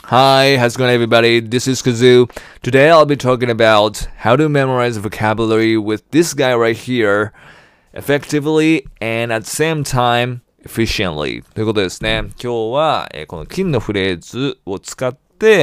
Hi, how's it going everybody? This is Kazoo. Today I'll be talking about how to memorize vocabulary with this guy right here effectively and at the same time efficiently ということですね。今日は、この金のフレーズを使って、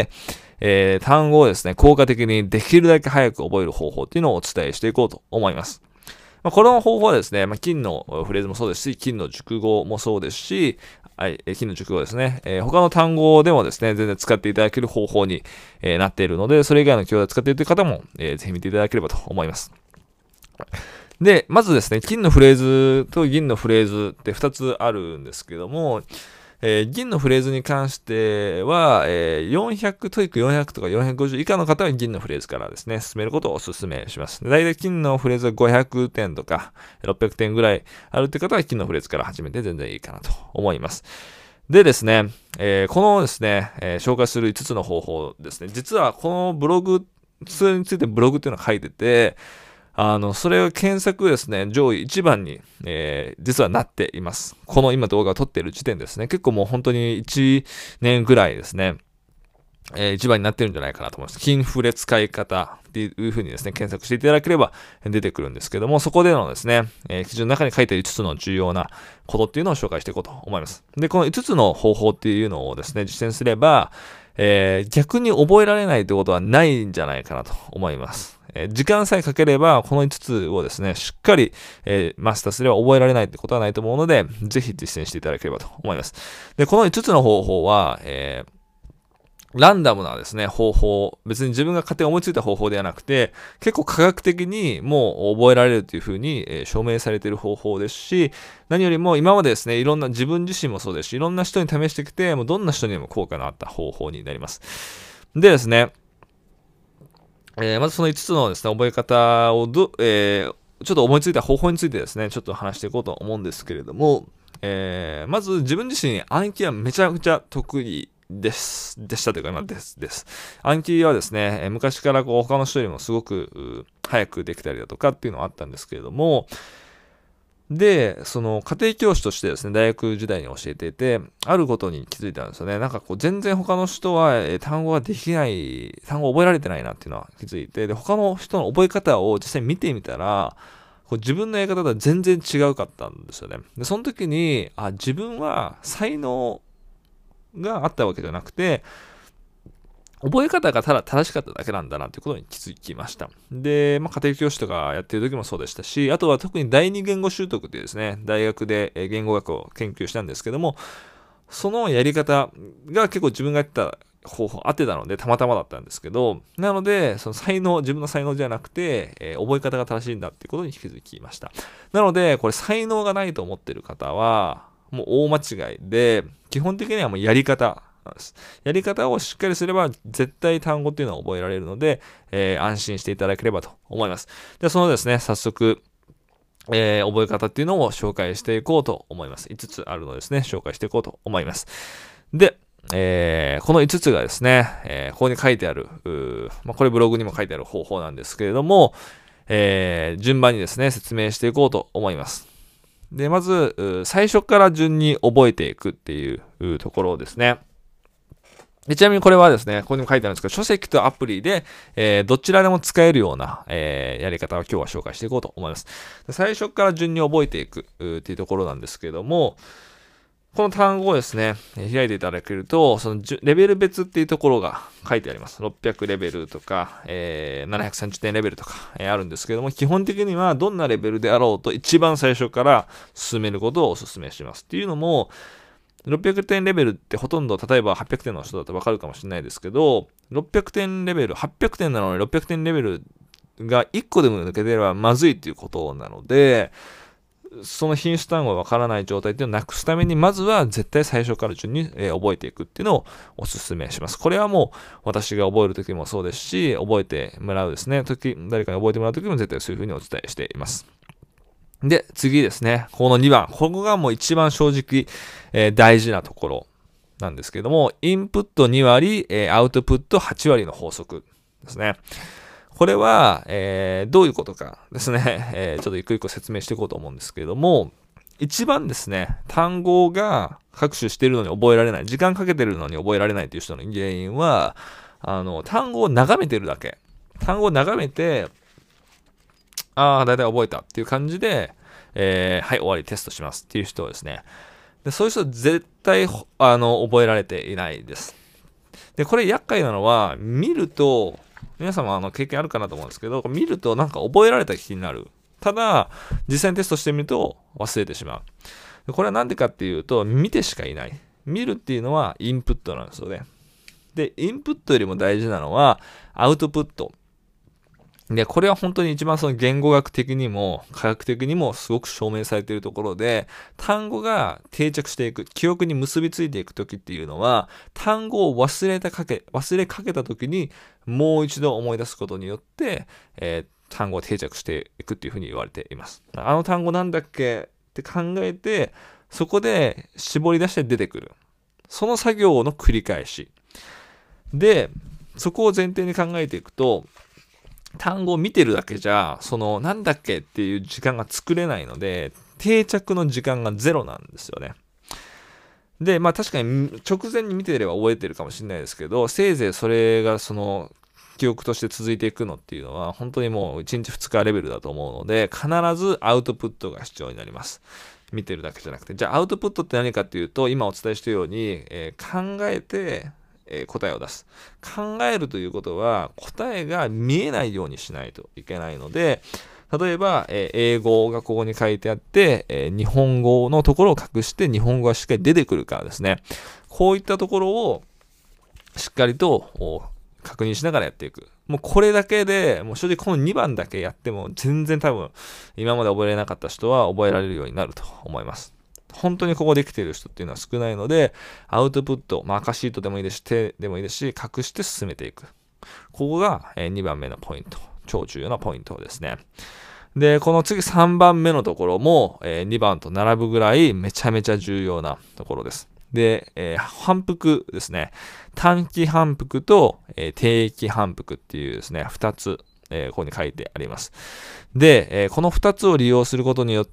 単語をですね、効果的にできるだけ早く覚える方法っていうのをお伝えしていこうと思います。この方法はですね、金のフレーズもそうですし、金の熟語もそうですし、はい、金の熟語ですね、他の単語でもですね、全然使っていただける方法に、なっているので、それ以外の教材を使っているという方も、ぜひ見ていただければと思います。で、まずですね、金のフレーズと銀のフレーズって2つあるんですけども、銀のフレーズに関しては、400、トイック400とか450以下の方は銀のフレーズからですね、進めることをお勧めします。だいたい金のフレーズは500点とか600点ぐらいあるって方は金のフレーズから始めて全然いいかなと思います。でですね、このですね、紹介する5つの方法ですね、実はこのブログ、それについてブログっていうのを書いてて、それを検索ですね、上位1番に、実はなっています。この今動画を撮っている時点ですね。結構もう本当に1年ぐらいですね、1番になってるんじゃないかなと思います。金フレ使い方っていう風にですね、検索していただければ出てくるんですけども、そこでのですね、記事の中に書いている5つの重要なことっていうのを紹介していこうと思います。で、この5つの方法っていうのをですね、実践すれば、逆に覚えられないってことはないんじゃないかなと思います。時間さえかければ、この5つをですね、しっかり、マスターすれば覚えられないってことはないと思うので、ぜひ実践していただければと思います。で、この5つの方法は、ランダムなですね、方法、別に自分が勝手に思いついた方法ではなくて、結構科学的にもう覚えられるというふうに、証明されている方法ですし、何よりも今までですね、いろんな自分自身もそうですし、いろんな人に試してきて、もうどんな人にも効果のあった方法になります。でですね、まずその5つのですね、覚え方をちょっと思いついた方法についてですね、ちょっと話していこうと思うんですけれども、まず自分自身暗記はめちゃくちゃ得意でしたというか今です。暗記はですね、昔から他の人よりもすごく早くできたりだとかっていうのはあったんですけれども、で、その家庭教師としてですね、大学時代に教えていて、あることに気づいたんですよね。なんか全然他の人は単語ができない、単語を覚えられてないなっていうのは気づいて、で、他の人の覚え方を実際に見てみたら、自分のやり方とは全然違うかったんですよね。で、その時に、自分は才能があったわけじゃなくて、覚え方がただ正しかっただけなんだなということに気づきました。で、家庭教師とかやってる時もそうでしたし、あとは特に第二言語習得というですね、大学で言語学を研究したんですけども、そのやり方が結構自分がやってた方法合ってたので、たまたまだったんですけど、なので、その自分の才能じゃなくて、覚え方が正しいんだっていうことに気づきました。なので、これ才能がないと思ってる方は、もう大間違いで、基本的にはもうやり方なんです。やり方をしっかりすれば絶対単語っていうのは覚えられるので、安心していただければと思います。で、そのですね、早速、覚え方っていうのを紹介していこうと思います。5つあるのですね、紹介していこうと思います。で、この5つがですね、ここに書いてある、これブログにも書いてある方法なんですけれども、順番にですね、説明していこうと思います。で、まず、最初から順に覚えていくっていうところですね。でちなみにこれはですね、ここにも書いてあるんですけど、書籍とアプリで、どちらでも使えるような、やり方を今日は紹介していこうと思います。最初から順に覚えていくっていうところなんですけれども、この単語をですね、開いていただけると、そのレベル別っていうところが書いてあります。600レベルとか、730点レベルとか、あるんですけども、基本的にはどんなレベルであろうと一番最初から進めることをお勧めします。っていうのも、600点レベルってほとんど、例えば800点の人だとわかるかもしれないですけど、600点レベル、800点なのに600点レベルが1個でも抜けてればまずいっていうことなので、その品種単語がわからない状態っていうのをなくすために、まずは絶対最初から順に覚えていくっていうのをお勧めします。これはもう私が覚えるときもそうですし、覚えてもらうですね、誰かに覚えてもらうときも絶対そういうふうにお伝えしています。で、次ですね。この2番。ここがもう一番正直、大事なところなんですけれども、インプット2割、アウトプット8割の法則ですね。これは、どういうことかですね。ちょっと一個一個説明していこうと思うんですけれども、 一番ですね、単語が学習しているのに覚えられない、時間かけてるのに覚えられないという人の原因は、単語を眺めてるだけ。単語を眺めて、だいたい覚えたっていう感じで、はい、終わりテストしますっていう人はですね。で、そういう人は絶対、覚えられていないです。で、これ厄介なのは、見ると、皆様経験あるかなと思うんですけど、見るとなんか覚えられた気になる。ただ、実際にテストしてみると忘れてしまう。これはなんでかっていうと、見てしかいない。見るっていうのはインプットなんですよね。で、インプットよりも大事なのはアウトプット。で、これは本当に一番その言語学的にも科学的にもすごく証明されているところで、単語が定着していく、記憶に結びついていくときっていうのは、単語を忘れかけたときにもう一度思い出すことによって、単語が定着していくっていうふうに言われています。あの単語なんだっけって考えて、そこで絞り出して出てくる。その作業の繰り返し。で、そこを前提に考えていくと、単語を見てるだけじゃ、なんだっけっていう時間が作れないので、定着の時間がゼロなんですよね。で、まあ確かに直前に見ていれば覚えてるかもしれないですけど、せいぜいそれが記憶として続いていくのっていうのは、本当にもう1日2日レベルだと思うので、必ずアウトプットが必要になります。見てるだけじゃなくて。じゃあアウトプットって何かっていうと、今お伝えしたように、考えて、答えを出す。考えるということは答えが見えないようにしないといけないので、例えば、英語がここに書いてあって、日本語のところを隠して日本語がしっかり出てくるからですね。こういったところをしっかりと確認しながらやっていく。もうこれだけで、もう正直この2番だけやっても全然多分今まで覚えれなかった人は覚えられるようになると思います。本当にここできている人っていうのは少ないので、アウトプット、赤シートでもいいですし、手でもいいですし、隠して進めていく。ここが2番目のポイント。超重要なポイントですね。で、この次3番目のところも2番と並ぶぐらいめちゃめちゃ重要なところです。で、反復ですね。短期反復と定期反復っていうですね、2つ。ここに書いてあります。で、この2つを利用することによって、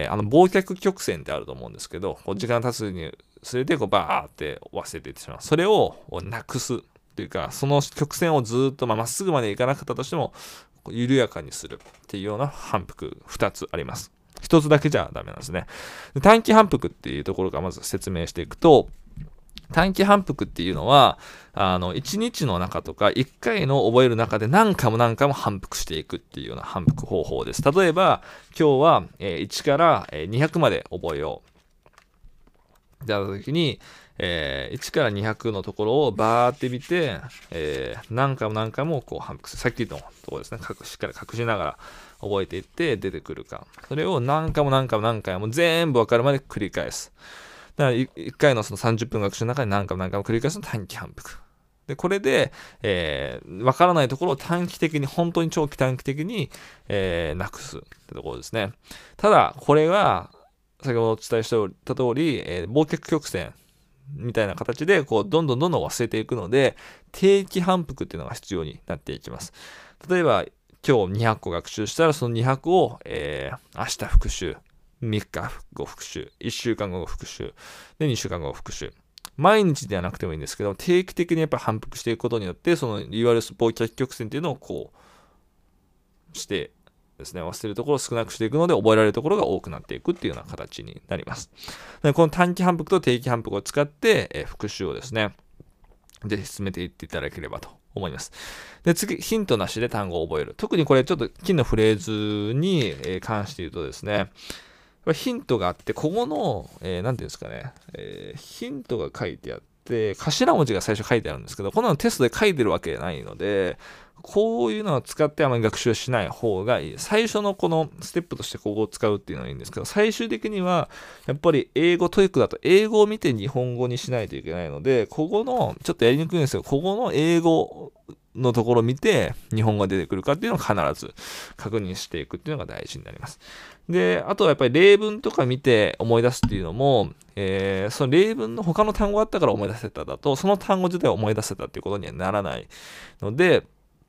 忘却曲線ってあると思うんですけど、時間経つにつれてバーって忘れていってしまう。それをなくすというか、その曲線をずっとまっすぐまでいかなかったとしても、緩やかにするっていうような反復2つあります。1つだけじゃダメなんですね。短期反復っていうところからまず説明していくと、短期反復っていうのは、1日の中とか1回の覚える中で何回も反復していくっていうような反復方法です。例えば、今日は1から200まで覚えよう。じゃあ時に、1から200のところをバーって見て、何回もこう反復する。さっきのところですね。しっかり隠しながら覚えていって出てくるか。それを何回も全部わかるまで繰り返す。だから1回のその30分学習の中で何回も繰り返すの短期反復。で、これで、わからないところを本当に長期短期的に、なくすってところですね。ただ、これが、先ほどお伝えした通り、忘却曲線みたいな形で、どんどん忘れていくので、定期反復っていうのが必要になっていきます。例えば、今日200個学習したら、その200を、明日復習。3日後復習、1週間後復習、で2週間後復習。毎日ではなくてもいいんですけど、定期的にやっぱ反復していくことによって、いわゆる忘却曲線っていうのをしてですね、忘れるところを少なくしていくので、覚えられるところが多くなっていくっていうような形になります。でこの短期反復と定期反復を使って、復習をですね、ぜひ進めていっていただければと思います。で、次、ヒントなしで単語を覚える。特にこれちょっと金のフレーズに関して言うとですね、ヒントがあって、ここの、なんていうんですかね、ヒントが書いてあって、頭文字が最初書いてあるんですけど、こんなのテストで書いてるわけないので、こういうのを使ってあまり学習しない方がいい。最初のこのステップとしてここを使うっていうのはいいんですけど、最終的には、やっぱりトイックだと英語を見て日本語にしないといけないので、ここの、ちょっとやりにくいんですよ。ここの英語のところを見て日本語が出てくるかっていうのを必ず確認していくっていうのが大事になります。で、あとはやっぱり例文とか見て思い出すっていうのも、その例文の他の単語あったから思い出せただと、その単語自体を思い出せたっていうことにはならないので、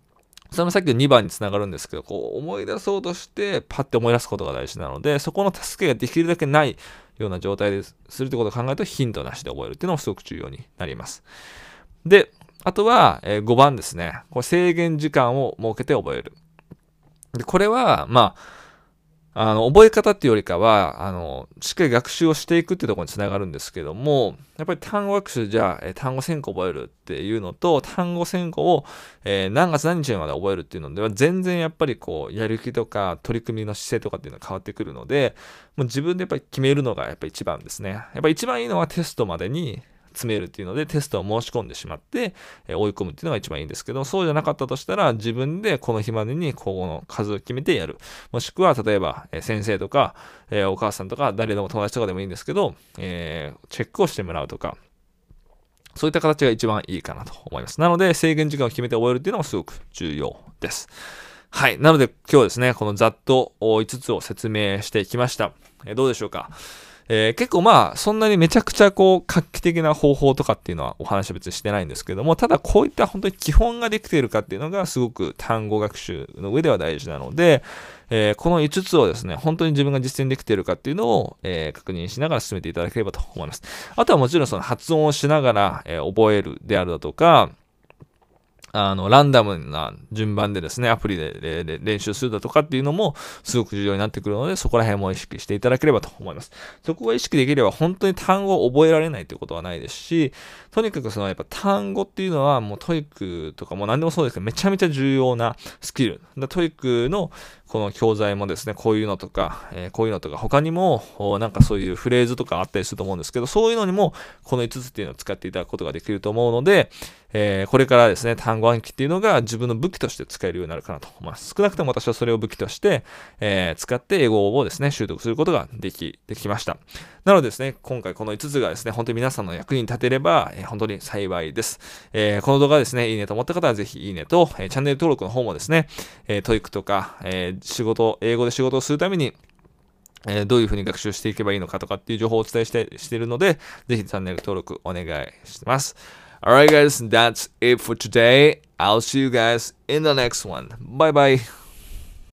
それもさっきの2番につながるんですけど、こう思い出そうとしてパッて思い出すことが大事なので、そこの助けができるだけないような状態でするってことを考えるとヒントなしで覚えるっていうのもすごく重要になります。で、あとは5番ですね。これ制限時間を設けて覚える。で、これは、覚え方っていうよりかは、しっかり学習をしていくっていうところにつながるんですけども、やっぱり単語学習じゃあ、単語1000個覚えるっていうのと、単語1000個を、何月何日まで覚えるっていうのでは、全然やっぱりこう、やる気とか取り組みの姿勢とかっていうのが変わってくるので、もう自分でやっぱり決めるのがやっぱり一番ですね。やっぱり一番いいのはテストまでに、詰めるっていうのでテストを申し込んでしまって、追い込むっていうのが一番いいんですけど、そうじゃなかったとしたら自分でこの日までにこの数を決めてやる。もしくは例えば、先生とか、お母さんとか誰でも友達とかでもいいんですけど、チェックをしてもらうとか、そういった形が一番いいかなと思います。なので制限時間を決めて覚えるっていうのもすごく重要です。はい。なので今日はですね、このざっと5つを説明してきました。どうでしょうか。結構そんなにめちゃくちゃ画期的な方法とかっていうのはお話は別にしてないんですけども、ただこういった本当に基本ができているかっていうのがすごく単語学習の上では大事なので、この5つをですね、本当に自分が実践できているかっていうのを、確認しながら進めていただければと思います。あとはもちろんその発音をしながら、覚えるであるだとか、ランダムな順番でですね、アプリで練習するだとかっていうのもすごく重要になってくるので、そこら辺も意識していただければと思います。そこが意識できれば本当に単語を覚えられないということはないですし、とにかくやっぱ単語っていうのはもうトイックとかも何でもそうですけど、めちゃめちゃ重要なスキル。トイックのこの教材もですね、こういうのとか、こういうのとか、他にも、なんかそういうフレーズとかあったりすると思うんですけど、そういうのにも、この5つっていうのを使っていただくことができると思うので、これからですね、単語暗記っていうのが自分の武器として使えるようになるかなと思います。少なくとも私はそれを武器として、使って英語をですね、習得することができました。なのでですね、今回この5つがですね、本当に皆さんの役に立てれば、本当に幸いです。この動画ですね、いいねと思った方はぜひいいねと、チャンネル登録の方もですね、トイックとか、英語で仕事をするために、どういうふうに学習していけばいいのかとかっていう情報をお伝えしているので、ぜひチャンネル登録お願いします。Alright guys, that's it for today. I'll see you guys in the next one. Bye bye.